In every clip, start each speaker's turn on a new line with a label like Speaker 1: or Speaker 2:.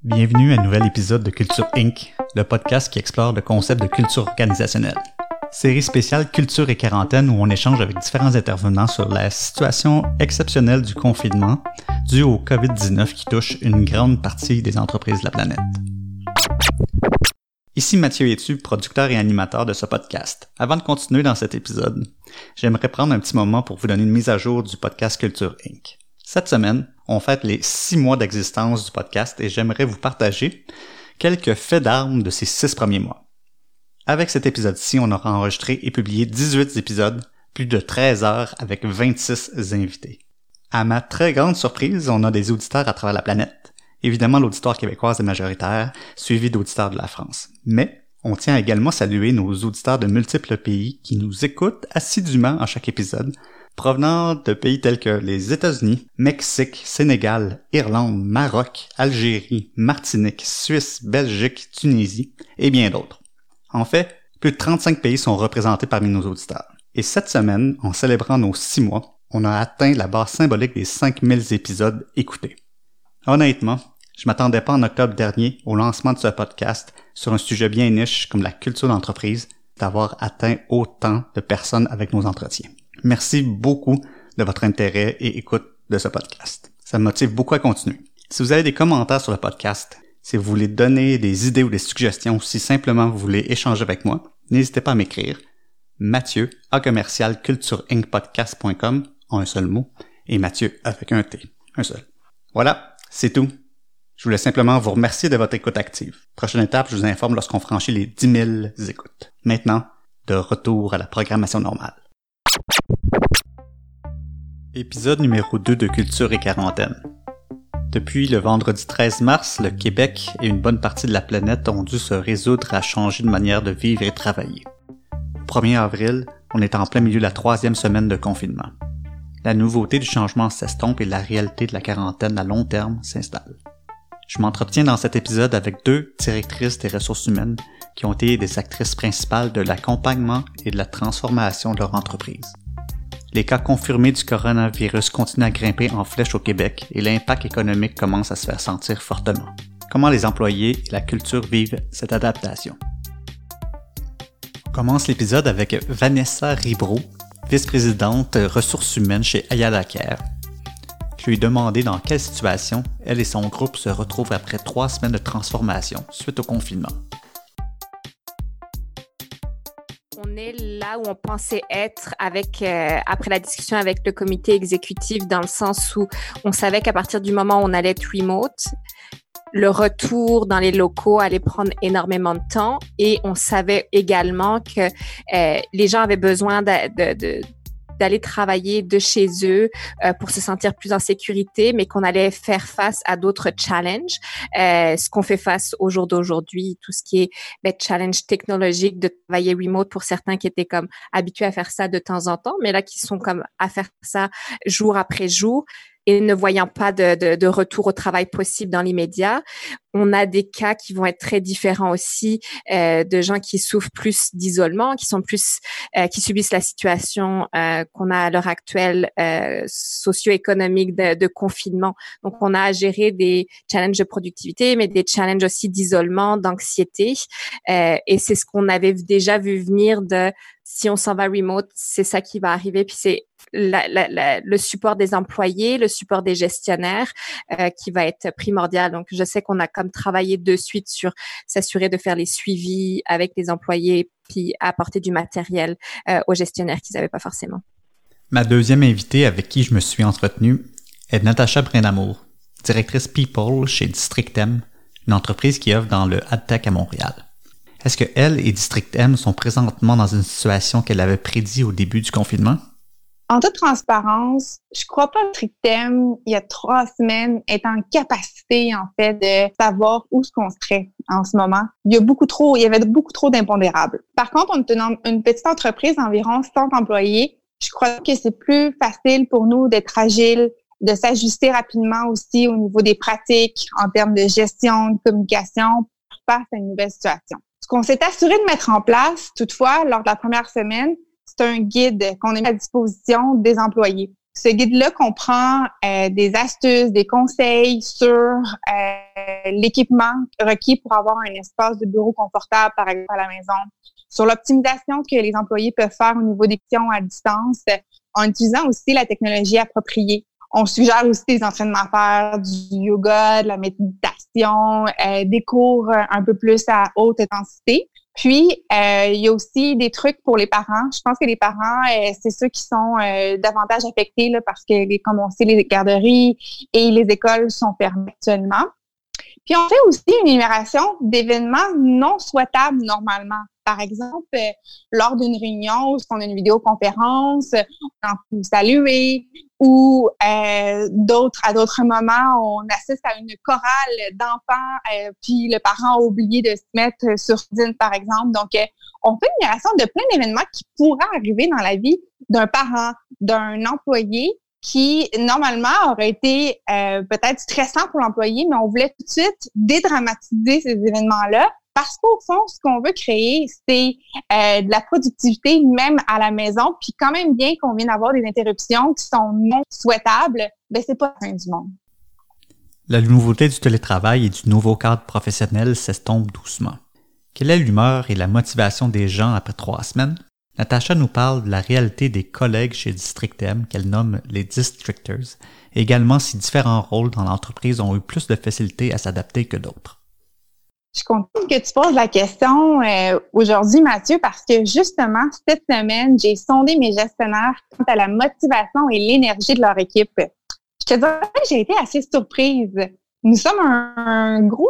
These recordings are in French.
Speaker 1: Bienvenue à un nouvel épisode de Culture Inc., le podcast qui explore le concept de culture organisationnelle. Série spéciale Culture et quarantaine où on échange avec différents intervenants sur la situation exceptionnelle du confinement dû au COVID-19 qui touche une grande partie des entreprises de la planète. Ici Mathieu Etu, producteur et animateur de ce podcast. Avant de continuer dans cet épisode, j'aimerais prendre un petit moment pour vous donner une mise à jour du podcast Culture Inc. Cette semaine, on fête les 6 mois d'existence du podcast et j'aimerais vous partager quelques faits d'armes de ces 6 premiers mois. Avec cet épisode-ci, on aura enregistré et publié 18 épisodes, plus de 13 heures avec 26 invités. À ma très grande surprise, on a des auditeurs à travers la planète. Évidemment, l'auditoire québécoise est majoritaire, suivi d'auditeurs de la France. Mais on tient également à saluer nos auditeurs de multiples pays qui nous écoutent assidûment à chaque épisode, provenant de pays tels que les États-Unis, Mexique, Sénégal, Irlande, Maroc, Algérie, Martinique, Suisse, Belgique, Tunisie et bien d'autres. En fait, plus de 35 pays sont représentés parmi nos auditeurs. Et cette semaine, en célébrant nos 6 mois, on a atteint la barre symbolique des 5000 épisodes écoutés. Honnêtement, je m'attendais pas en octobre dernier au lancement de ce podcast sur un sujet bien niche comme la culture d'entreprise d'avoir atteint autant de personnes avec nos entretiens. Merci beaucoup de votre intérêt et écoute de ce podcast. Ça me motive beaucoup à continuer. Si vous avez des commentaires sur le podcast, si vous voulez donner des idées ou des suggestions ou si simplement vous voulez échanger avec moi, n'hésitez pas à m'écrire. Mathieu@cultureincpodcast.com en un seul mot et Mathieu avec un T, un seul. Voilà. C'est tout. Je voulais simplement vous remercier de votre écoute active. Prochaine étape, je vous informe lorsqu'on franchit les 10 000 écoutes. Maintenant, de retour à la programmation normale. Épisode numéro 2 de Culture et quarantaine. Depuis le vendredi 13 mars, le Québec et une bonne partie de la planète ont dû se résoudre à changer de manière de vivre et travailler. Au 1er avril, on est en plein milieu de la 3e semaine de confinement. La nouveauté du changement s'estompe et la réalité de la quarantaine à long terme s'installe. Je m'entretiens dans cet épisode avec 2 directrices des ressources humaines qui ont été des actrices principales de l'accompagnement et de la transformation de leur entreprise. Les cas confirmés du coronavirus continuent à grimper en flèche au Québec et l'impact économique commence à se faire sentir fortement. Comment les employés et la culture vivent cette adaptation? On commence l'épisode avec Vanessa Ribreau, vice-présidente ressources humaines chez Ayala Care. Je lui ai demandé dans quelle situation elle et son groupe se retrouvent après 3 semaines de transformation suite au confinement.
Speaker 2: On est là où on pensait être après la discussion avec le comité exécutif, dans le sens où on savait qu'à partir du moment où on allait être remote, le retour dans les locaux allait prendre énormément de temps et on savait également que les gens avaient besoin d'aller travailler de chez eux pour se sentir plus en sécurité, mais qu'on allait faire face à d'autres challenges. Ce qu'on fait face au jour d'aujourd'hui, tout ce qui est challenge technologique de travailler remote pour certains qui étaient comme habitués à faire ça de temps en temps, mais là qui sont comme à faire ça jour après jour. Et ne voyant pas de retour au travail possible dans l'immédiat. On a des cas qui vont être très différents aussi, de gens qui souffrent plus d'isolement, qui subissent la situation qu'on a à l'heure actuelle socio-économique de confinement. Donc, on a à gérer des challenges de productivité, mais des challenges aussi d'isolement, d'anxiété. Et c'est ce qu'on avait déjà vu venir de si on s'en va remote, c'est ça qui va arriver. Puis c'est le support des employés, le support des gestionnaires qui va être primordial. Donc, je sais qu'on a comme travaillé de suite sur s'assurer de faire les suivis avec les employés puis apporter du matériel aux gestionnaires qu'ils n'avaient pas forcément.
Speaker 1: Ma deuxième invitée avec qui je me suis entretenu est Natacha Brindamour, directrice People chez District M, une entreprise qui œuvre dans le AdTech à Montréal. Est-ce que elle et District M sont présentement dans une situation qu'elle avait prédit au début du confinement?
Speaker 3: En toute transparence, je crois pas que District-M, il y a 3 semaines, est en capacité, en fait, de savoir où ce qu'on serait en ce moment. Il y avait beaucoup trop d'impondérables. Par contre, on est une petite entreprise d'environ 100 employés. Je crois que c'est plus facile pour nous d'être agile, de s'ajuster rapidement aussi au niveau des pratiques, en termes de gestion, de communication, face à une nouvelle situation. Ce qu'on s'est assuré de mettre en place, toutefois, lors de la première semaine, c'est un guide qu'on a mis à disposition des employés. Ce guide-là comprend des astuces, des conseils sur l'équipement requis pour avoir un espace de bureau confortable, par exemple, à la maison, sur l'optimisation que les employés peuvent faire au niveau des questions à distance, en utilisant aussi la technologie appropriée. On suggère aussi des entraînements à faire, du yoga, de la méditation, des cours un peu plus à haute intensité. Puis, il y a aussi des trucs pour les parents. Je pense que les parents, c'est ceux qui sont davantage affectés là, parce que, comme on sait, les garderies et les écoles sont fermées actuellement. Puis, on fait aussi une énumération d'événements non souhaitables normalement. Par exemple, lors d'une réunion où on a une vidéoconférence, on peut saluer, ou à d'autres moments, on assiste à une chorale d'enfants, puis le parent a oublié de se mettre sur Zoom, par exemple. Donc, on fait une énumération de plein d'événements qui pourraient arriver dans la vie d'un parent, d'un employé, qui, normalement, aurait été peut-être stressant pour l'employé, mais on voulait tout de suite dédramatiser ces événements-là parce qu'au fond, ce qu'on veut créer, c'est de la productivité même à la maison, puis quand même bien qu'on vienne avoir des interruptions qui sont non souhaitables, ben c'est pas la fin du monde.
Speaker 1: La nouveauté du télétravail et du nouveau cadre professionnel s'estompe doucement. Quelle est l'humeur et la motivation des gens après 3 semaines? Natacha nous parle de la réalité des collègues chez District M, qu'elle nomme les Districters, et également si différents rôles dans l'entreprise ont eu plus de facilité à s'adapter que d'autres.
Speaker 3: Je suis contente que tu poses la question aujourd'hui, Mathieu, parce que justement, cette semaine, j'ai sondé mes gestionnaires quant à la motivation et l'énergie de leur équipe. Je te dirais que j'ai été assez surprise. Nous sommes un gros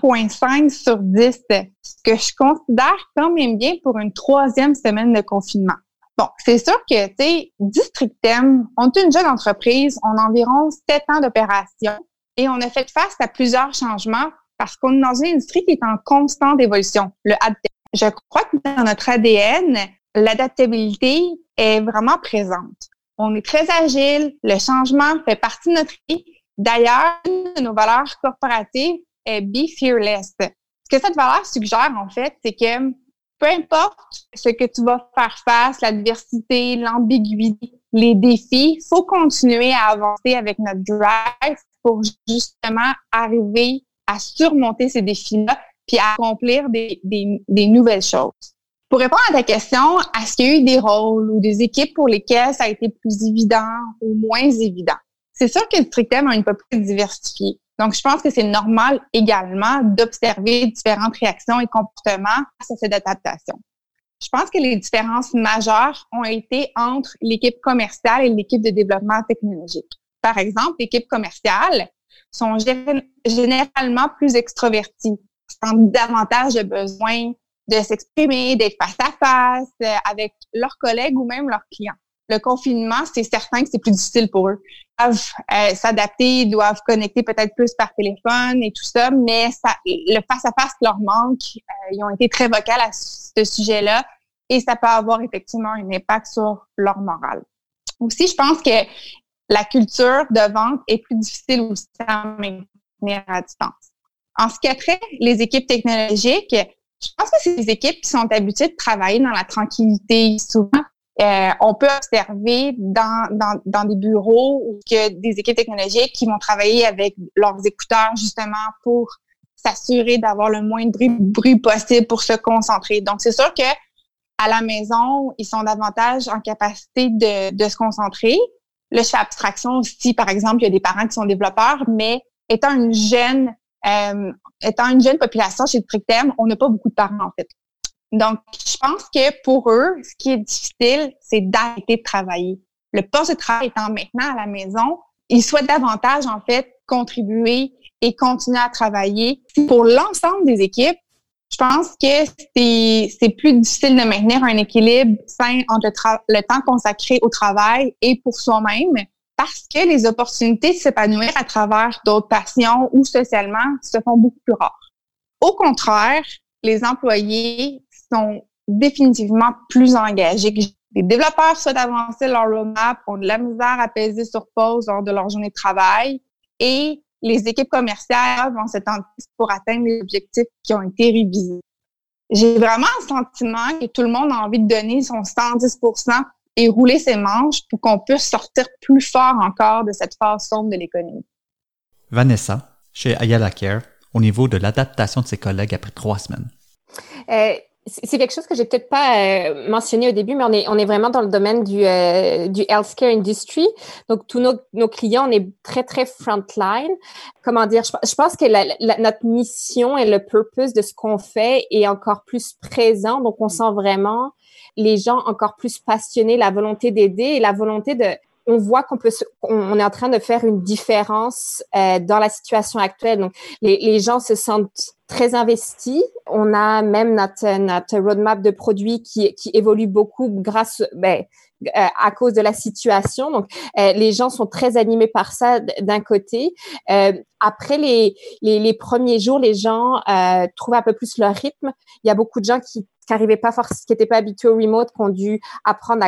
Speaker 3: 7,5 sur 10, ce que je considère quand même bien pour une 3e semaine de confinement. Bon, c'est sûr que, tu sais, District M, on est une jeune entreprise, on a environ 7 ans d'opération et on a fait face à plusieurs changements parce qu'on est dans une industrie qui est en constante évolution, le AdTech. Je crois que dans notre ADN, l'adaptabilité est vraiment présente. On est très agile, le changement fait partie de notre vie. D'ailleurs, une de nos valeurs corporatives est « Be fearless ». Ce que cette valeur suggère, en fait, c'est que peu importe ce que tu vas faire face, l'adversité, l'ambiguïté, les défis, il faut continuer à avancer avec notre drive pour justement arriver à surmonter ces défis-là puis à accomplir des nouvelles choses. Pour répondre à ta question, est-ce qu'il y a eu des rôles ou des équipes pour lesquelles ça a été plus évident ou moins évident? C'est sûr que le District M a une population diversifiée. Donc, je pense que c'est normal également d'observer différentes réactions et comportements face à cette adaptation. Je pense que les différences majeures ont été entre l'équipe commerciale et l'équipe de développement technologique. Par exemple, l'équipe commerciale sont généralement plus extroverties, sentent davantage de besoin de s'exprimer, d'être face à face avec leurs collègues ou même leurs clients. Le confinement, c'est certain que c'est plus difficile pour eux. Ils doivent s'adapter, ils doivent connecter peut-être plus par téléphone et tout ça, mais le face-à-face leur manque. Ils ont été très vocaux à ce sujet-là et ça peut avoir effectivement un impact sur leur morale. Aussi, je pense que la culture de vente est plus difficile aussi à maintenir à distance. En ce qui a trait les équipes technologiques, je pense que c'est des équipes qui sont habituées de travailler dans la tranquillité. Souvent, on peut observer dans des bureaux ou que des équipes technologiques qui vont travailler avec leurs écouteurs justement pour s'assurer d'avoir le moins de bruit possible pour se concentrer. Donc, c'est sûr que à la maison, ils sont davantage en capacité de se concentrer. Là, je fais abstraction aussi. Par exemple, il y a des parents qui sont développeurs, mais étant une jeune population chez District M, on n'a pas beaucoup de parents, en fait. Donc, je pense que pour eux, ce qui est difficile, c'est d'arrêter de travailler. Le poste de travail étant maintenant à la maison, ils souhaitent davantage, en fait, contribuer et continuer à travailler. Pour l'ensemble des équipes, je pense que c'est plus difficile de maintenir un équilibre sain entre le temps consacré au travail et pour soi-même parce que les opportunités de s'épanouir à travers d'autres passions ou socialement se font beaucoup plus rares. Au contraire, les employés sont définitivement plus engagés. Les développeurs souhaitent avancer leur roadmap, ont de la misère à peser sur pause lors de leur journée de travail et les équipes commerciales vont se tenter pour atteindre les objectifs qui ont été révisés. J'ai vraiment le sentiment que tout le monde a envie de donner son 110% et rouler ses manches pour qu'on puisse sortir plus fort encore de cette phase sombre de l'économie.
Speaker 1: Vanessa, chez Ayala Care, au niveau de l'adaptation de ses collègues après 3 semaines.
Speaker 2: C'est quelque chose que j'ai peut-être pas mentionné au début, mais on est vraiment dans le domaine du healthcare industry. Donc, tous nos clients, on est très, très frontline. Comment dire? Je pense que notre mission et le purpose de ce qu'on fait est encore plus présent. Donc, on sent vraiment les gens encore plus passionnés, la volonté d'aider et la volonté on voit on est en train de faire une différence dans la situation actuelle. Donc, les gens se sentent très investis. On a même notre roadmap de produits qui évolue beaucoup à cause de la situation. Donc, les gens sont très animés par ça d'un côté. Après les premiers jours, les gens trouvent un peu plus leur rythme. Il y a beaucoup de gens qui n'étaient pas habitués au remote, qui ont dû apprendre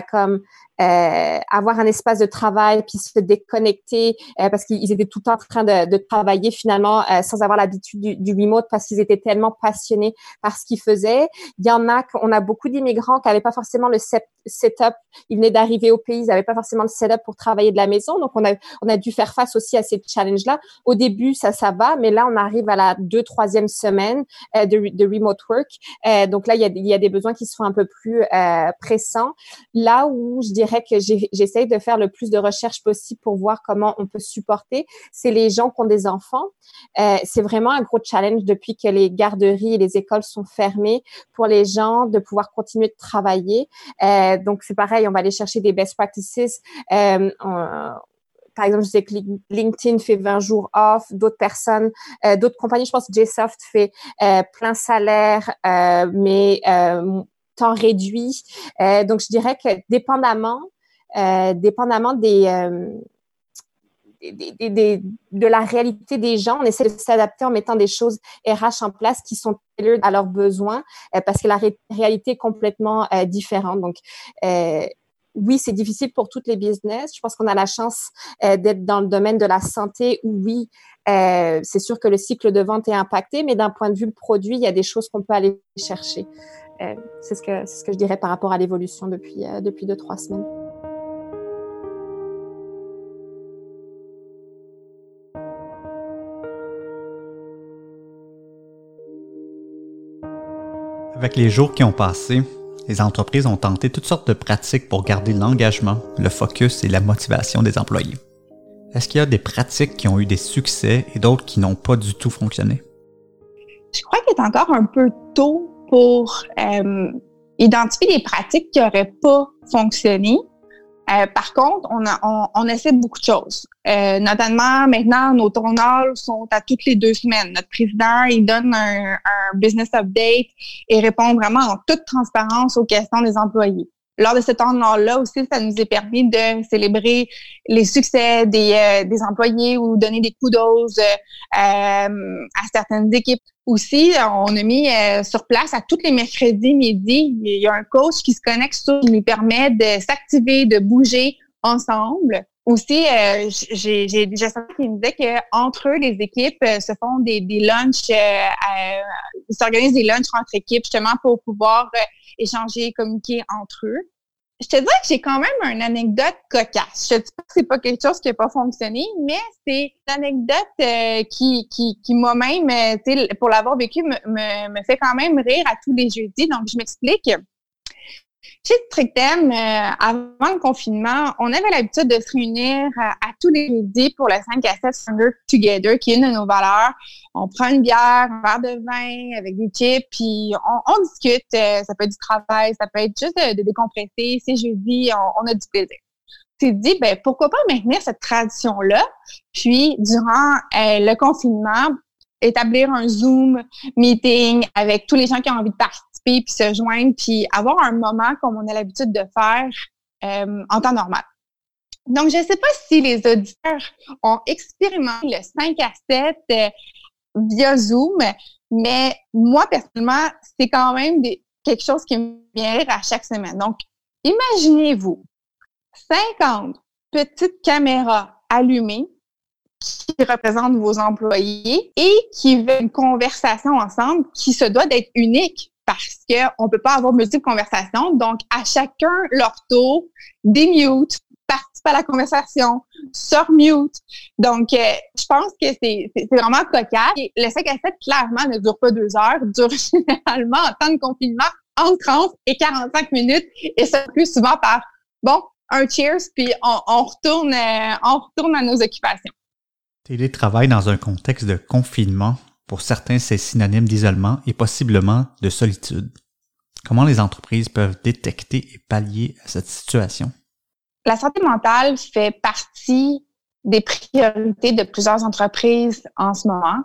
Speaker 2: à avoir un espace de travail puis se déconnecter parce qu'ils étaient tout le temps en train de travailler finalement sans avoir l'habitude du remote parce qu'ils étaient tellement passionnés par ce qu'ils faisaient. On a beaucoup d'immigrants qui n'avaient pas forcément le setup. Ils venaient d'arriver au pays, ils n'avaient pas forcément le setup pour travailler de la maison. Donc, on a dû faire face aussi à ces challenges-là. Au début, ça va, mais là, on arrive à la 2-3e semaine de remote work. Donc là, il y a des besoins qui sont un peu plus pressants. Là où je dirais que j'essaye de faire le plus de recherches possible pour voir comment on peut supporter, c'est les gens qui ont des enfants. C'est vraiment un gros challenge depuis que les garderies et les écoles sont fermées pour les gens de pouvoir continuer de travailler. Donc, c'est pareil, on va aller chercher des best practices. Par exemple, je sais que LinkedIn fait 20 jours off, d'autres personnes, d'autres compagnies, je pense que Jsoft fait plein salaire, mais temps réduit. Donc, je dirais que dépendamment de la réalité des gens, on essaie de s'adapter en mettant des choses RH en place qui sont tailored à leurs besoins parce que la réalité est complètement différente. Donc, oui, c'est difficile pour toutes les business. Je pense qu'on a la chance d'être dans le domaine de la santé où oui, c'est sûr que le cycle de vente est impacté, mais d'un point de vue produit, il y a des choses qu'on peut aller chercher. C'est ce que je dirais par rapport à l'évolution depuis 2-3 semaines.
Speaker 1: Avec les jours qui ont passé, les entreprises ont tenté toutes sortes de pratiques pour garder l'engagement, le focus et la motivation des employés. Est-ce qu'il y a des pratiques qui ont eu des succès et d'autres qui n'ont pas du tout fonctionné?
Speaker 3: Je crois qu'il est encore un peu tôt pour identifier des pratiques qui n'auraient pas fonctionné. Par contre, on essaie beaucoup de choses. Notamment, maintenant, nos tourneurs sont à toutes les 2 semaines. Notre président, il donne un business update et répond vraiment en toute transparence aux questions des employés. Lors de ce temps-là aussi, ça nous est permis de célébrer les succès des employés ou donner des kudos à certaines équipes. Aussi, on a mis sur place à tous les mercredis midi, il y a un coach qui se connecte qui nous permet de s'activer, de bouger ensemble. Aussi, j'ai senti qu'il me disait qu'entre eux, les équipes se font des lunchs, ils s'organisent des lunchs entre équipes justement pour pouvoir échanger, communiquer entre eux. Je te dirais que j'ai quand même une anecdote cocasse. Je te dis pas que c'est pas quelque chose qui n'a pas fonctionné, mais c'est une anecdote qui moi-même, pour l'avoir vécu, me fait quand même rire à tous les jeudis. Donc, je m'explique. Chez Trictem, avant le confinement, on avait l'habitude de se réunir à tous les jeudis pour le 5 à 7 Stronger Together, qui est une de nos valeurs. On prend une bière, un verre de vin avec des chips, puis on discute. Ça peut être du travail, ça peut être juste de décompresser. C'est jeudi, on a du plaisir. Tu te dis, pourquoi pas maintenir cette tradition-là? Puis, durant le confinement, établir un Zoom meeting avec tous les gens qui ont envie de participer puis se joindre, puis avoir un moment comme on a l'habitude de faire en temps normal. Donc, je ne sais pas si les auditeurs ont expérimenté le 5 à 7 via Zoom, mais moi, personnellement, c'est quand même quelque chose qui me vient rire à chaque semaine. Donc, imaginez-vous 50 petites caméras allumées qui représentent vos employés et qui veulent une conversation ensemble qui se doit d'être unique. parce que on peut pas avoir multiples conversations. Donc, à chacun leur tour, démute, participe à la conversation, sur mute. Donc, je pense que c'est vraiment cocasse. Et le 5 à 7, clairement, ne dure pas 2 heures, dure généralement en temps de confinement entre 30 et 45 minutes, et ça plus souvent par, bon, un cheers, puis on retourne à nos occupations.
Speaker 1: Télétravail dans un contexte de confinement, pour certains, c'est synonyme d'isolement et possiblement de solitude. Comment les entreprises peuvent détecter et pallier à cette situation?
Speaker 3: La santé mentale fait partie des priorités de plusieurs entreprises en ce moment.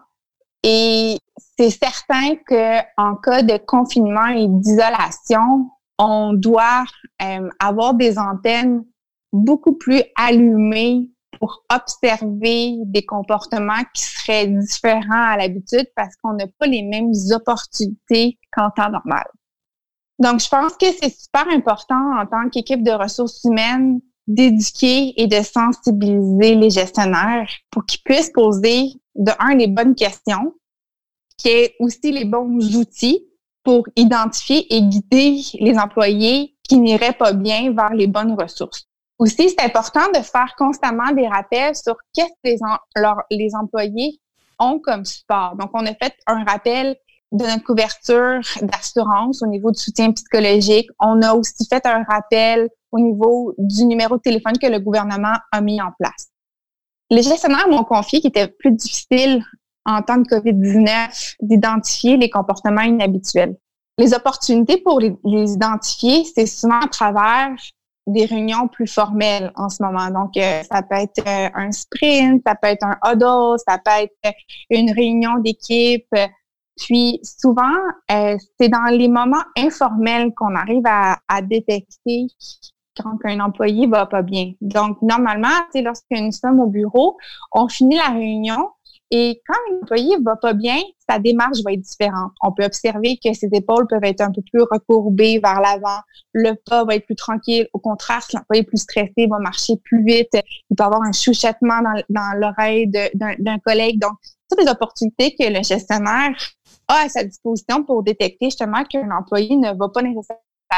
Speaker 3: Et c'est certain qu'en cas de confinement et d'isolation, on doit avoir des antennes beaucoup plus allumées pour observer des comportements qui seraient différents à l'habitude parce qu'on n'a pas les mêmes opportunités qu'en temps normal. Donc, je pense que c'est super important en tant qu'équipe de ressources humaines d'éduquer et de sensibiliser les gestionnaires pour qu'ils puissent poser, de un, les bonnes questions, qui est aussi les bons outils pour identifier et guider les employés qui n'iraient pas bien vers les bonnes ressources. Aussi, c'est important de faire constamment des rappels sur qu'est-ce que les employés ont comme support. Donc, on a fait un rappel de notre couverture d'assurance au niveau du soutien psychologique. On a aussi fait un rappel au niveau du numéro de téléphone que le gouvernement a mis en place. Les gestionnaires m'ont confié qu'il était plus difficile en temps de COVID-19 d'identifier les comportements inhabituels. Les opportunités pour les identifier, c'est souvent à travers des réunions plus formelles en ce moment. Donc, ça peut être un sprint, ça peut être un huddle, ça peut être une réunion d'équipe. Puis, souvent, c'est dans les moments informels qu'on arrive à détecter quand un employé va pas bien. Donc, normalement, lorsque nous sommes au bureau, on finit la réunion et quand l'employé va pas bien, sa démarche va être différente. On peut observer que ses épaules peuvent être un peu plus recourbées vers l'avant. Le pas va être plus tranquille. Au contraire, si l'employé est plus stressé, il va marcher plus vite. Il peut avoir un chuchotement dans l'oreille d'un collègue. Donc, toutes les opportunités que le gestionnaire a à sa disposition pour détecter justement qu'un employé ne va pas nécessairement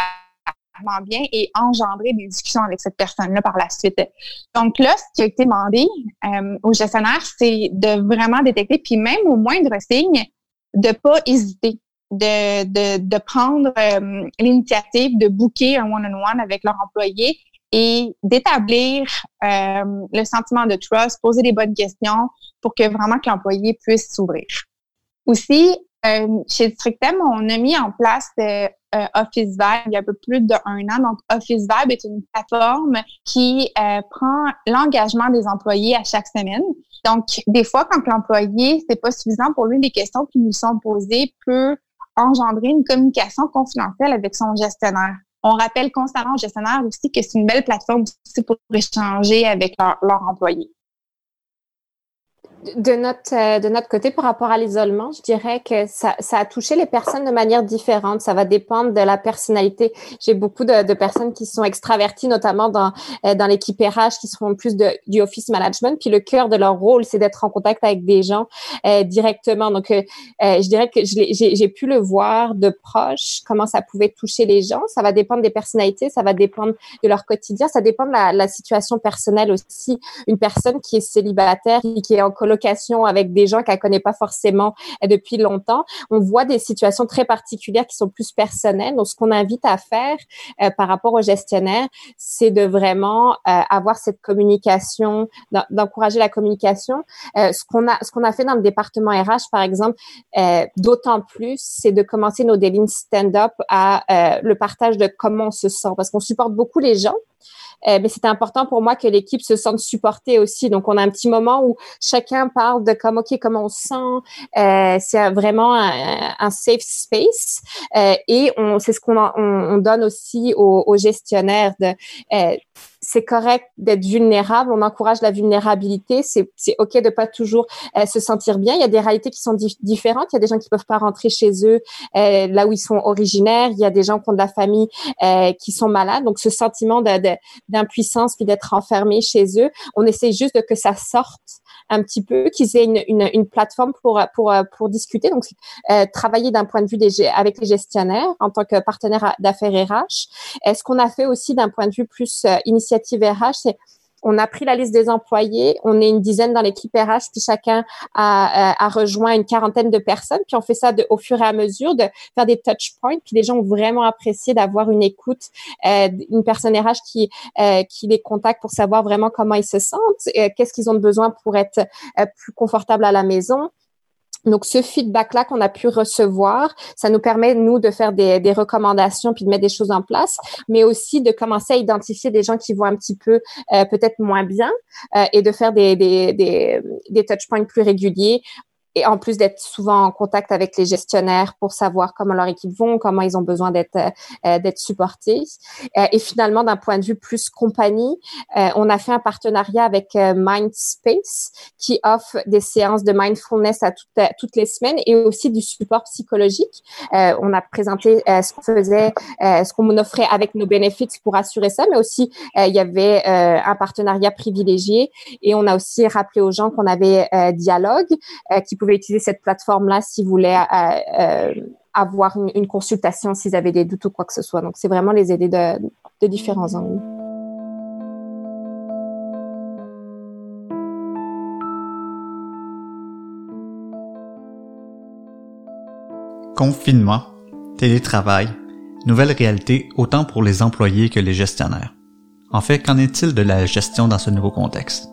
Speaker 3: bien et engendrer des discussions avec cette personne-là par la suite. Donc là, ce qui a été demandé aux gestionnaires, c'est de vraiment détecter, puis même au moindre signe, de pas hésiter, de prendre l'initiative de booker un one-on-one avec leur employé et d'établir le sentiment de trust, poser des bonnes questions pour que vraiment que l'employé puisse s'ouvrir. Aussi, chez Districtem, on a mis en place Office Vibe il y a un peu plus d'1 an. Donc, Office Vibe est une plateforme qui prend l'engagement des employés à chaque semaine. Donc, des fois, quand l'employé, c'est pas suffisant pour lui, les questions qui nous sont posées peut engendrer une communication confidentielle avec son gestionnaire. On rappelle constamment aux gestionnaires aussi que c'est une belle plateforme aussi pour échanger avec leurs employés.
Speaker 2: De notre côté, par rapport à l'isolement, je dirais que ça a touché les personnes de manière différente. Ça va dépendre de la personnalité. J'ai beaucoup de personnes qui sont extraverties, notamment dans l'équipe RH, qui font plus du office management. Puis le cœur de leur rôle, c'est d'être en contact avec des gens directement. Donc, je dirais que j'ai pu le voir de proche, comment ça pouvait toucher les gens. Ça va dépendre des personnalités, ça va dépendre de leur quotidien, ça dépend de la situation personnelle aussi. Une personne qui est célibataire et qui est en colocation avec des gens qu'elle connaît pas forcément depuis longtemps. On voit des situations très particulières qui sont plus personnelles. Donc, ce qu'on invite à faire par rapport aux gestionnaires, c'est de vraiment avoir cette communication, d'encourager la communication. Ce qu'on a fait dans le département RH, par exemple, d'autant plus, c'est de commencer nos daily stand-up à le partage de comment on se sent, parce qu'on supporte beaucoup les gens. Mais c'est important pour moi que l'équipe se sente supportée aussi. Donc, on a un petit moment où chacun parle de comment on se sent. C'est vraiment un safe space. Et c'est ce qu'on donne aussi aux gestionnaires. c'est correct d'être vulnérable, on encourage la vulnérabilité, c'est OK de pas toujours se sentir bien. Il y a des réalités qui sont différentes. Il y a des gens qui peuvent pas rentrer chez eux là où ils sont originaires. Il y a des gens qui ont de la famille qui sont malades. Donc, ce sentiment d'impuissance puis d'être enfermé chez eux, on essaie juste que ça sorte un petit peu, qu'ils aient une plateforme pour discuter. Donc, travailler d'un point de vue avec les gestionnaires en tant que partenaire d'affaires RH. Ce qu'on a fait aussi d'un point de vue plus initiative RH, c'est on a pris la liste des employés, on est une dizaine dans l'équipe RH, puis chacun a rejoint une quarantaine de personnes, puis on fait ça au fur et à mesure, de faire des touch points, puis les gens ont vraiment apprécié d'avoir une écoute, une personne RH qui les contacte pour savoir vraiment comment ils se sentent, qu'est-ce qu'ils ont de besoin pour être plus confortables à la maison. Donc, ce feedback-là qu'on a pu recevoir, ça nous permet, nous, de faire des recommandations puis de mettre des choses en place, mais aussi de commencer à identifier des gens qui vont un petit peu peut-être moins bien et de faire des touch points plus réguliers. Et en plus d'être souvent en contact avec les gestionnaires pour savoir comment leur équipe vont, comment ils ont besoin d'être supportés. Et finalement, d'un point de vue plus compagnie, on a fait un partenariat avec Mindspace qui offre des séances de mindfulness toutes les semaines et aussi du support psychologique. On a présenté ce qu'on faisait, ce qu'on offrait avec nos benefits pour assurer ça, mais aussi il y avait un partenariat privilégié et on a aussi rappelé aux gens qu'on avait Dialogue qui pouvaient utiliser cette plateforme-là s'ils voulaient avoir une consultation, s'ils avaient des doutes ou quoi que ce soit. Donc, c'est vraiment les aider de différents angles.
Speaker 1: Confinement, télétravail, nouvelle réalité autant pour les employés que les gestionnaires. En fait, qu'en est-il de la gestion dans ce nouveau contexte?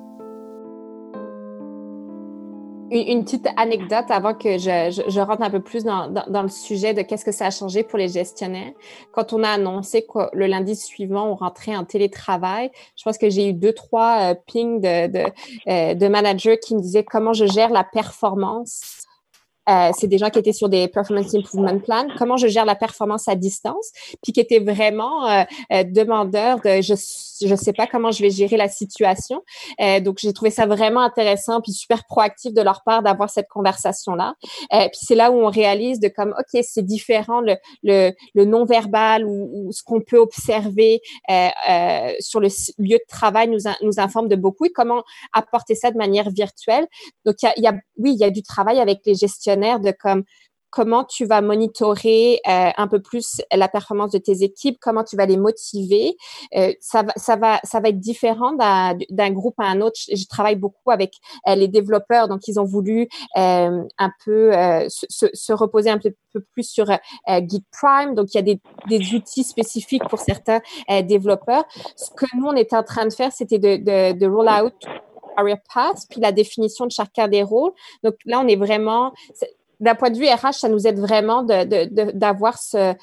Speaker 2: Une petite anecdote avant que je rentre un peu plus dans le sujet de qu'est-ce que ça a changé pour les gestionnaires. Quand on a annoncé que le lundi suivant, on rentrait en télétravail, je pense que j'ai eu 2-3 pings de managers qui me disaient comment je gère la performance. C'est des gens qui étaient sur des performance improvement plans. Comment je gère la performance à distance, puis qui étaient vraiment demandeurs de je sais pas comment je vais gérer la situation. Donc j'ai trouvé ça vraiment intéressant puis super proactif de leur part d'avoir cette conversation là. Puis c'est là où on réalise de comme ok c'est différent le non verbal ou ce qu'on peut observer sur le lieu de travail nous informe de beaucoup et comment apporter ça de manière virtuelle. Donc il y a du travail avec les gestionnaires de comment tu vas monitorer un peu plus la performance de tes équipes, comment tu vas les motiver. Ça va être différent d'un groupe à un autre. Je travaille beaucoup avec les développeurs, donc ils ont voulu un peu se reposer un peu plus sur Git Prime. Donc il y a des outils spécifiques pour certains développeurs. Ce que nous on était en train de faire, c'était de roll out career path, puis la définition de chacun des rôles. Donc là, on est vraiment, d'un point de vue RH, ça nous aide vraiment d'avoir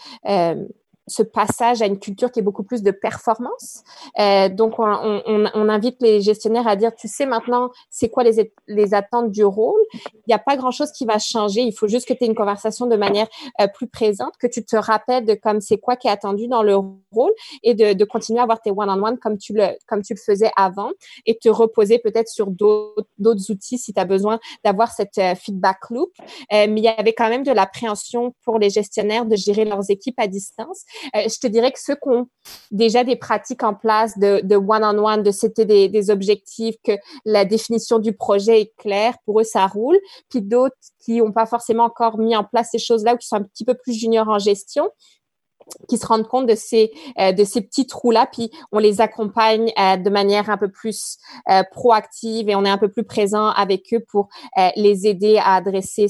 Speaker 2: ce passage à une culture qui est beaucoup plus de performance. Donc, on invite les gestionnaires à dire, tu sais maintenant, c'est quoi les attentes du rôle. Il n'y a pas grand-chose qui va changer. Il faut juste que tu aies une conversation de manière plus présente, que tu te rappelles de comme c'est quoi qui est attendu dans le rôle et de continuer à avoir tes one-on-one comme tu le faisais avant et te reposer peut-être sur d'autres outils si tu as besoin d'avoir cette feedback loop. Mais il y avait quand même de l'appréhension pour les gestionnaires de gérer leurs équipes à distance. Je te dirais que ceux qui ont déjà des pratiques en place de one-on-one, de setter des objectifs, que la définition du projet est claire, pour eux, ça roule. Puis d'autres qui n'ont pas forcément encore mis en place ces choses-là ou qui sont un petit peu plus juniors en gestion, qui se rendent compte de ces petits trous-là, puis on les accompagne de manière un peu plus proactive et on est un peu plus présent avec eux pour les aider à adresser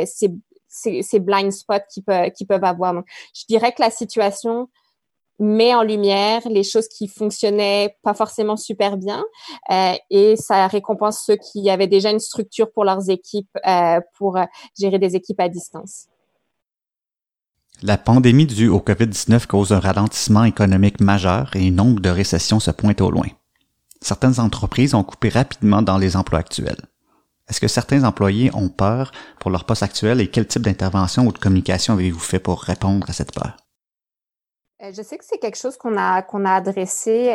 Speaker 2: ces blind spots qu'ils peuvent avoir. Donc, je dirais que la situation met en lumière les choses qui fonctionnaient pas forcément super bien et ça récompense ceux qui avaient déjà une structure pour leurs équipes pour gérer des équipes à distance.
Speaker 1: La pandémie due au COVID-19 cause un ralentissement économique majeur et une onde de récession se pointe au loin. Certaines entreprises ont coupé rapidement dans les emplois actuels. Est-ce que certains employés ont peur pour leur poste actuel et quel type d'intervention ou de communication avez-vous fait pour répondre à cette peur?
Speaker 2: Je sais que c'est quelque chose qu'on a adressé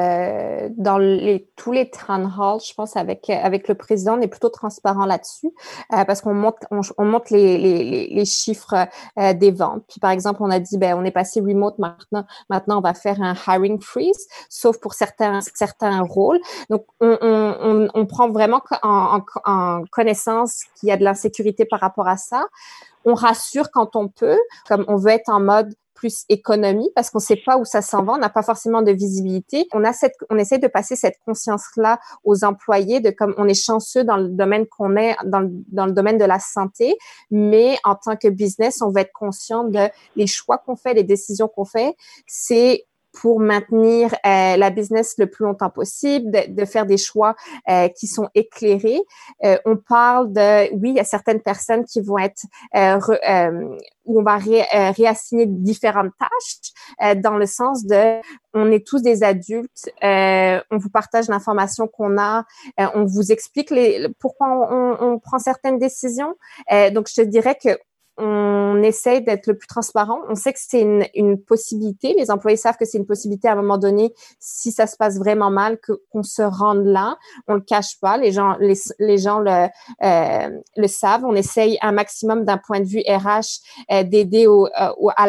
Speaker 2: dans tous les town halls. Je pense avec le président, on est plutôt transparent là-dessus parce qu'on monte les chiffres des ventes. Puis par exemple, on a dit on est passé remote maintenant on va faire un hiring freeze, sauf pour certains rôles. Donc on prend vraiment en connaissance qu'il y a de l'insécurité par rapport à ça. On rassure quand on peut, comme on veut être en mode plus économie parce qu'on sait pas où ça s'en va, on n'a pas forcément de visibilité. On essaie de passer cette conscience-là aux employés de comme on est chanceux dans le domaine qu'on est, dans le domaine de la santé, mais en tant que business, on va être conscient de les choix qu'on fait, les décisions qu'on fait, c'est pour maintenir la business le plus longtemps possible, de faire des choix qui sont éclairés. On parle oui, il y a certaines personnes qui vont être où on va réassigner différentes tâches dans le sens de on est tous des adultes, on vous partage l'information qu'on a, on vous explique pourquoi on prend certaines décisions. Donc, je te dirais que on essaie d'être le plus transparent. On sait que c'est une possibilité. Les employés savent que c'est une possibilité à un moment donné si ça se passe vraiment mal qu'on se rende là. On le cache pas. Les gens le savent. On essaye un maximum d'un point de vue RH d'aider à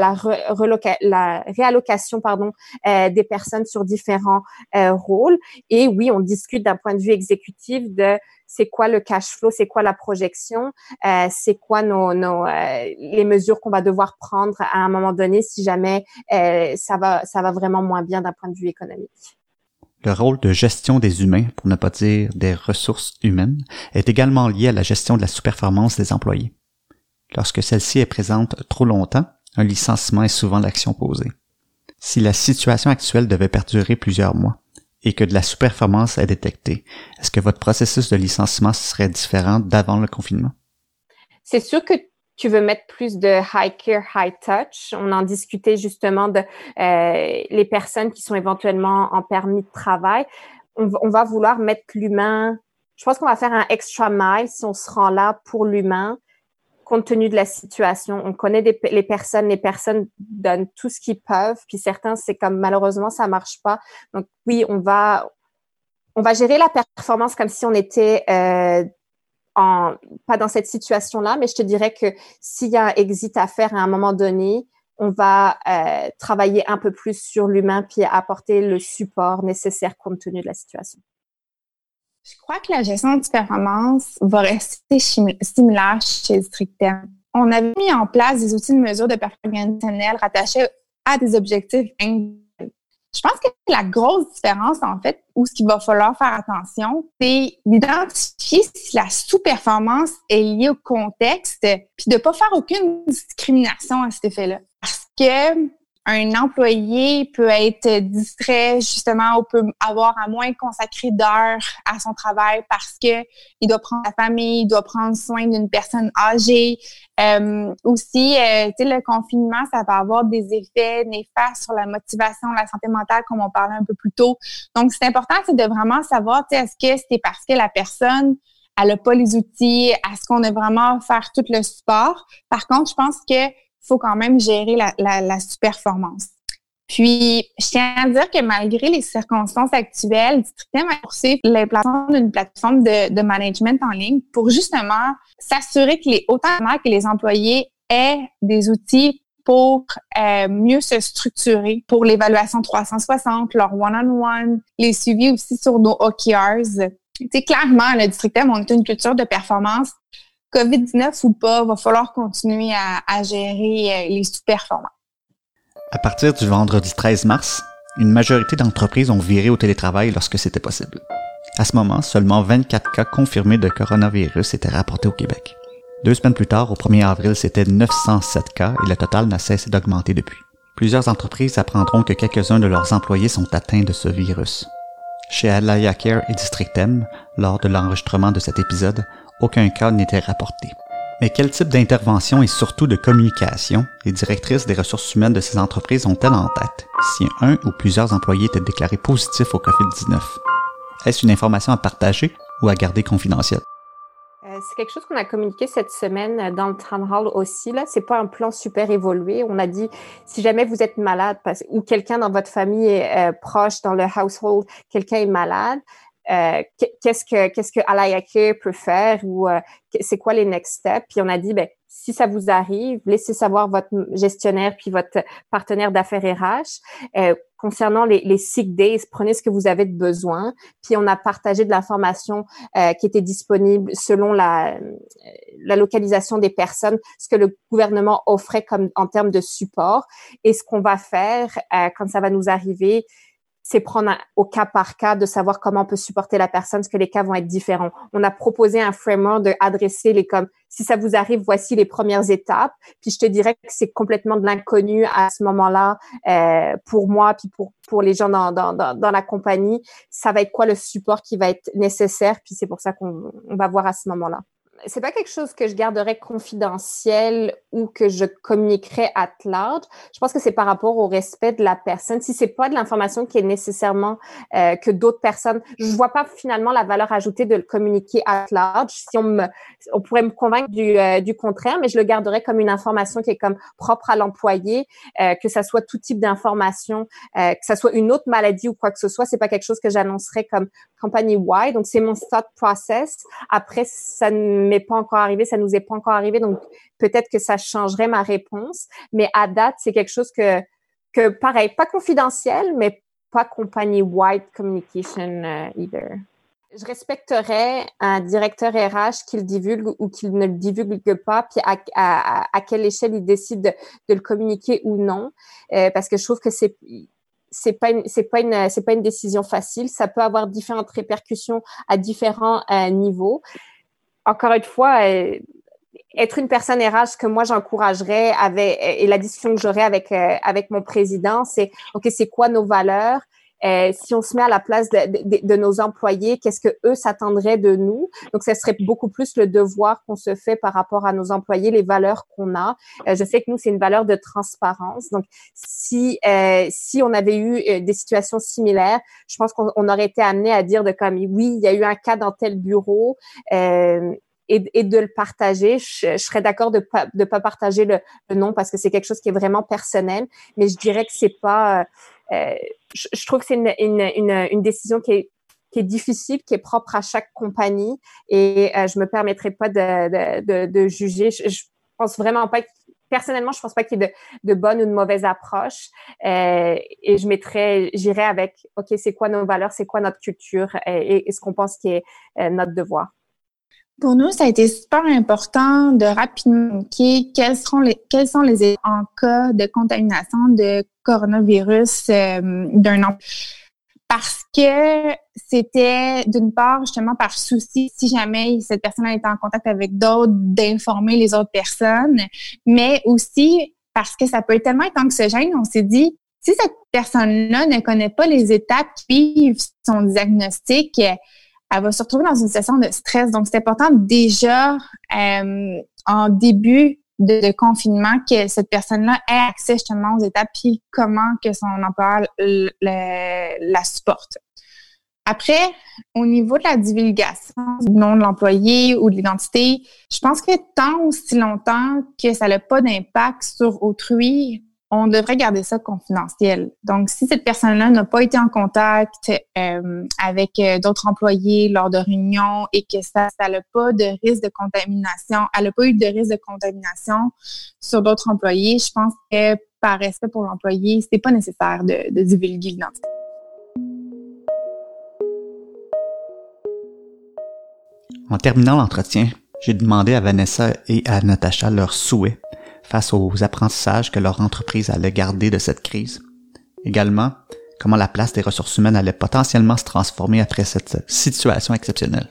Speaker 2: la réallocation des personnes sur différents rôles. Et oui, on discute d'un point de vue exécutif de c'est quoi le cash flow, c'est quoi la projection, c'est quoi les mesures qu'on va devoir prendre à un moment donné si jamais ça va vraiment moins bien d'un point de vue économique.
Speaker 1: Le rôle de gestion des humains, pour ne pas dire des ressources humaines, est également lié à la gestion de la sous-performance des employés. Lorsque celle-ci est présente trop longtemps, un licenciement est souvent l'action posée. Si la situation actuelle devait perdurer plusieurs mois, et que de la sous-performance est détectée, est-ce que votre processus de licenciement serait différent d'avant le confinement?
Speaker 2: C'est sûr que tu veux mettre plus de high care, high touch. On en discutait justement de les personnes qui sont éventuellement en permis de travail. On va vouloir mettre l'humain. Je pense qu'on va faire un extra mile si on se rend là pour l'humain, compte tenu de la situation. On connaît les personnes donnent tout ce qu'ils peuvent, puis certains, c'est comme malheureusement, ça marche pas. Donc oui, on va gérer la performance comme si on était pas dans cette situation-là, mais je te dirais que s'il y a un exit à faire à un moment donné, on va travailler un peu plus sur l'humain puis apporter le support nécessaire compte tenu de la situation.
Speaker 3: Je crois que la gestion de performance va rester similaire chez Districtem. On avait mis en place des outils de mesure de performance organisationnelle rattachés à des objectifs individuels. Je pense que la grosse différence, en fait, ou ce qu'il va falloir faire attention, c'est d'identifier si la sous-performance est liée au contexte, puis de ne pas faire aucune discrimination à cet effet-là. Parce que un employé peut être distrait, justement, ou peut avoir à moins consacrer d'heures à son travail parce que il doit prendre sa famille, il doit prendre soin d'une personne âgée. Aussi, le confinement, ça va avoir des effets néfastes sur la motivation, la santé mentale, comme on parlait un peu plus tôt. Donc, c'est important, c'est de vraiment savoir, est-ce que c'est parce que la personne, elle n'a pas les outils, est-ce qu'on a vraiment à faire tout le support? Par contre, je pense que faut quand même gérer la sous-performance. Puis, je tiens à dire que malgré les circonstances actuelles, Districtem a poursuivi l'implantation d'une plateforme de management en ligne pour justement s'assurer que autant que les employés aient des outils pour mieux se structurer pour l'évaluation 360, leur one-on-one, les suivis aussi sur nos OKRs. Clairement, le Districtem, on a une culture de performance. COVID-19 ou pas, va falloir continuer à gérer les sous-performants.
Speaker 1: À partir du vendredi 13 mars, une majorité d'entreprises ont viré au télétravail lorsque c'était possible. À ce moment, seulement 24 cas confirmés de coronavirus étaient rapportés au Québec. 2 semaines plus tard, au 1er avril, c'était 907 cas et le total n'a cessé d'augmenter depuis. Plusieurs entreprises apprendront que quelques-uns de leurs employés sont atteints de ce virus. Chez Alaya Care et Districtem, lors de l'enregistrement de cet épisode, aucun cas n'était rapporté. Mais quel type d'intervention et surtout de communication les directrices des ressources humaines de ces entreprises ont-elles en tête si un ou plusieurs employés étaient déclarés positifs au COVID-19? Est-ce une information à partager ou à garder confidentielle?
Speaker 2: C'est quelque chose qu'on a communiqué cette semaine dans le Town Hall aussi. Là, c'est pas un plan super évolué. On a dit, si jamais vous êtes malade ou quelqu'un dans votre famille est proche dans le household, quelqu'un est malade, qu'est-ce que Alaya Care peut faire ou c'est quoi les next steps? Puis on a dit, ben si ça vous arrive, laissez savoir votre gestionnaire puis votre partenaire d'affaires RH. Concernant les sick days, prenez ce que vous avez de besoin. Puis on a partagé de l'information qui était disponible selon la localisation des personnes, ce que le gouvernement offrait comme en termes de support. Et ce qu'on va faire quand ça va nous arriver, c'est prendre au cas par cas de savoir comment on peut supporter la personne, parce que les cas vont être différents. On a proposé un framework de adresser les comme si ça vous arrive, voici les premières étapes. Puis je te dirais que c'est complètement de l'inconnu à ce moment-là pour moi puis pour les gens dans la compagnie. Ça va être quoi le support qui va être nécessaire, puis c'est pour ça qu'on va voir à ce moment-là. C'est pas quelque chose que je garderais confidentiel ou que je communiquerais at large. Je pense que c'est par rapport au respect de la personne. Si c'est pas de l'information qui est nécessairement que d'autres personnes, je vois pas finalement la valeur ajoutée de le communiquer at large. Si on pourrait me convaincre du contraire, mais je le garderais comme une information qui est comme propre à l'employé, que ça soit tout type d'information, que ça soit une autre maladie ou quoi que ce soit. C'est pas quelque chose que j'annoncerais comme company-wide. Donc c'est mon thought process. Après, ça m'est pas encore arrivé, ça nous est pas encore arrivé, donc peut-être que ça changerait ma réponse. Mais à date, c'est quelque chose que pareil, pas confidentiel, mais pas company-wide communication either. Je respecterais un directeur RH qui le divulgue ou qui ne le divulgue pas, puis à quelle échelle il décide de le communiquer ou non, parce que je trouve que c'est pas une décision facile. Ça peut avoir différentes répercussions à différents niveaux. Encore une fois, être une personne RH, ce que moi j'encouragerais et la discussion que j'aurais avec mon président, c'est OK, c'est quoi nos valeurs? Si on se met à la place de nos employés, qu'est-ce que eux s'attendraient de nous? Donc, ça serait beaucoup plus le devoir qu'on se fait par rapport à nos employés, les valeurs qu'on a. Je sais que nous, c'est une valeur de transparence. Donc, si on avait eu des situations similaires, je pense qu'on aurait été amené à dire de comme oui, il y a eu un cas dans tel bureau. Et de le partager. Je serais d'accord de pas partager le nom parce que c'est quelque chose qui est vraiment personnel, mais je dirais que c'est pas je trouve que c'est une décision qui est difficile, qui est propre à chaque compagnie et je me permettrai pas de juger. Je pense vraiment pas personnellement, je pense pas qu'il y ait de bonne ou de mauvaise approche et j'irai avec OK, c'est quoi nos valeurs, c'est quoi notre culture et ce qu'on pense qui est notre devoir.
Speaker 3: Pour nous, ça a été super important de rapidement communiquer quels sont les états en cas de contamination de coronavirus d'un emploi. Parce que c'était, d'une part, justement, par souci, si jamais cette personne était en contact avec d'autres, d'informer les autres personnes, mais aussi parce que ça peut tellement être anxiogène, on s'est dit, si cette personne-là ne connaît pas les étapes qui suivent son diagnostic, elle va se retrouver dans une situation de stress. Donc, c'est important déjà, en début de confinement, que cette personne-là ait accès justement aux étapes puis comment que son employeur la supporte. Après, au niveau de la divulgation du nom de l'employé ou de l'identité, je pense que tant aussi longtemps que ça n'a pas d'impact sur autrui, on devrait garder ça confidentiel. Donc, si cette personne-là n'a pas été en contact avec d'autres employés lors de réunions et que ça n'a pas de risque de contamination, elle n'a pas eu de risque de contamination sur d'autres employés, je pense que par respect pour l'employé, c'est pas nécessaire de divulguer l'identité.
Speaker 1: En terminant l'entretien, j'ai demandé à Vanessa et à Natacha leurs souhaits face aux apprentissages que leur entreprise allait garder de cette crise. Également, comment la place des ressources humaines allait potentiellement se transformer après cette situation exceptionnelle.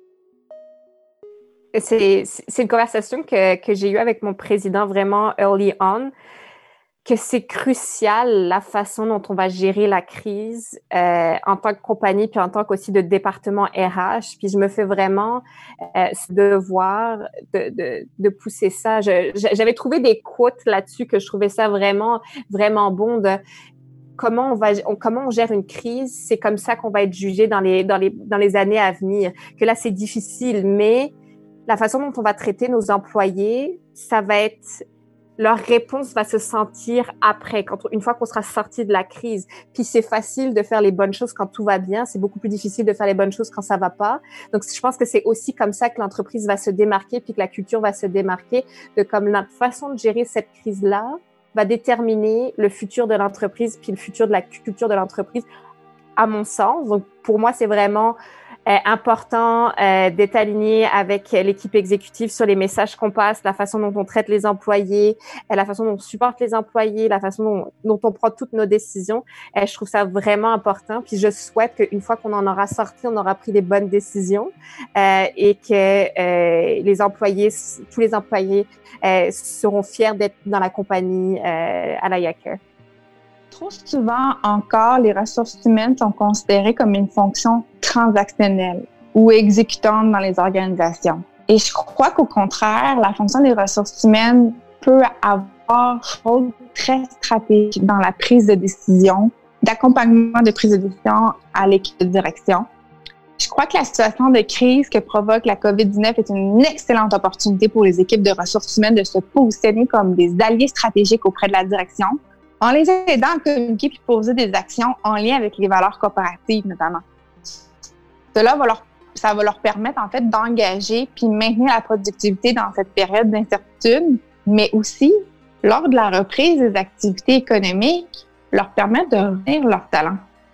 Speaker 2: C'est une conversation que j'ai eue avec mon président vraiment early on, que c'est crucial la façon dont on va gérer la crise en tant que compagnie puis en tant qu'aussi de département RH. Puis je me fais vraiment ce devoir de pousser ça. J'avais trouvé des quotes là-dessus que je trouvais ça vraiment, vraiment bon de comment on gère une crise. C'est comme ça qu'on va être jugé dans les années à venir. Que là, c'est difficile, mais la façon dont on va traiter nos employés, ça va être leur réponse va se sentir après, une fois qu'on sera sorti de la crise. Puis c'est facile de faire les bonnes choses quand tout va bien, c'est beaucoup plus difficile de faire les bonnes choses quand ça va pas. Donc je pense que c'est aussi comme ça que l'entreprise va se démarquer, puis que la culture va se démarquer, de comme notre façon de gérer cette crise-là va déterminer le futur de l'entreprise, puis le futur de la culture de l'entreprise, à mon sens. Donc pour moi, c'est vraiment important d'être aligné avec l'équipe exécutive sur les messages qu'on passe, la façon dont on traite les employés, la façon dont on supporte les employés, la façon dont on prend toutes nos décisions. Je trouve ça vraiment important. Puis je souhaite qu'une fois qu'on en aura sorti, on aura pris les bonnes décisions et que les employés, tous les employés seront fiers d'être dans la compagnie à la Yacare.
Speaker 3: Trop souvent encore, les ressources humaines sont considérées comme une fonction transactionnelle ou exécutante dans les organisations. Et je crois qu'au contraire, la fonction des ressources humaines peut avoir un rôle très stratégique dans la prise de décision, d'accompagnement de prise de décision à l'équipe de direction. Je crois que la situation de crise que provoque la COVID-19 est une excellente opportunité pour les équipes de ressources humaines de se positionner comme des alliés stratégiques auprès de la direction, en les aidant à communiquer puis poser des actions en lien avec les valeurs coopératives, notamment. Ça va leur permettre, en fait, d'engager puis maintenir la productivité dans cette période d'incertitude, mais aussi, lors de la reprise des activités économiques, leur permettre de revenir leur talent.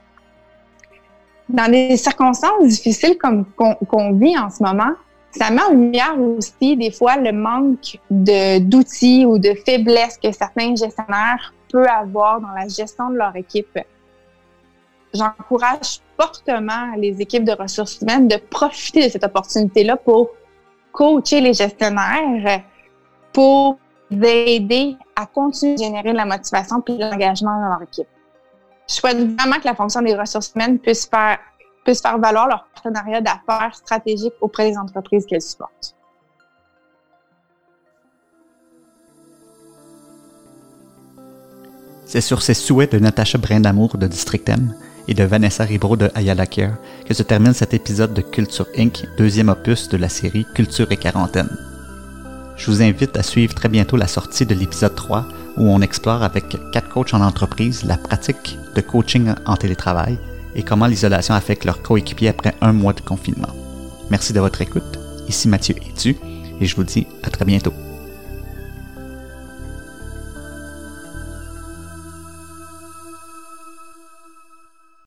Speaker 3: Dans des circonstances difficiles comme qu'on vit en ce moment, ça met en lumière aussi, des fois, le manque d'outils ou de faiblesses que certains gestionnaires peuvent avoir dans la gestion de leur équipe. J'encourage fortement les équipes de ressources humaines de profiter de cette opportunité-là pour coacher les gestionnaires, pour les aider à continuer de générer de la motivation et de l'engagement dans leur équipe. Je souhaite vraiment que la fonction des ressources humaines puisse faire valoir leur partenariat d'affaires stratégique auprès des entreprises qu'elles supportent.
Speaker 1: C'est sur ces souhaits de Natacha Brindamour de District M et de Vanessa Ribot de Ayala-Care que se termine cet épisode de Culture Inc., deuxième opus de la série Culture et quarantaine. Je vous invite à suivre très bientôt la sortie de l'épisode 3 où on explore avec 4 coachs en entreprise la pratique de coaching en télétravail et comment l'isolation affecte leurs coéquipiers après 1 mois de confinement. Merci de votre écoute. Ici Mathieu Hétu et je vous dis à très bientôt.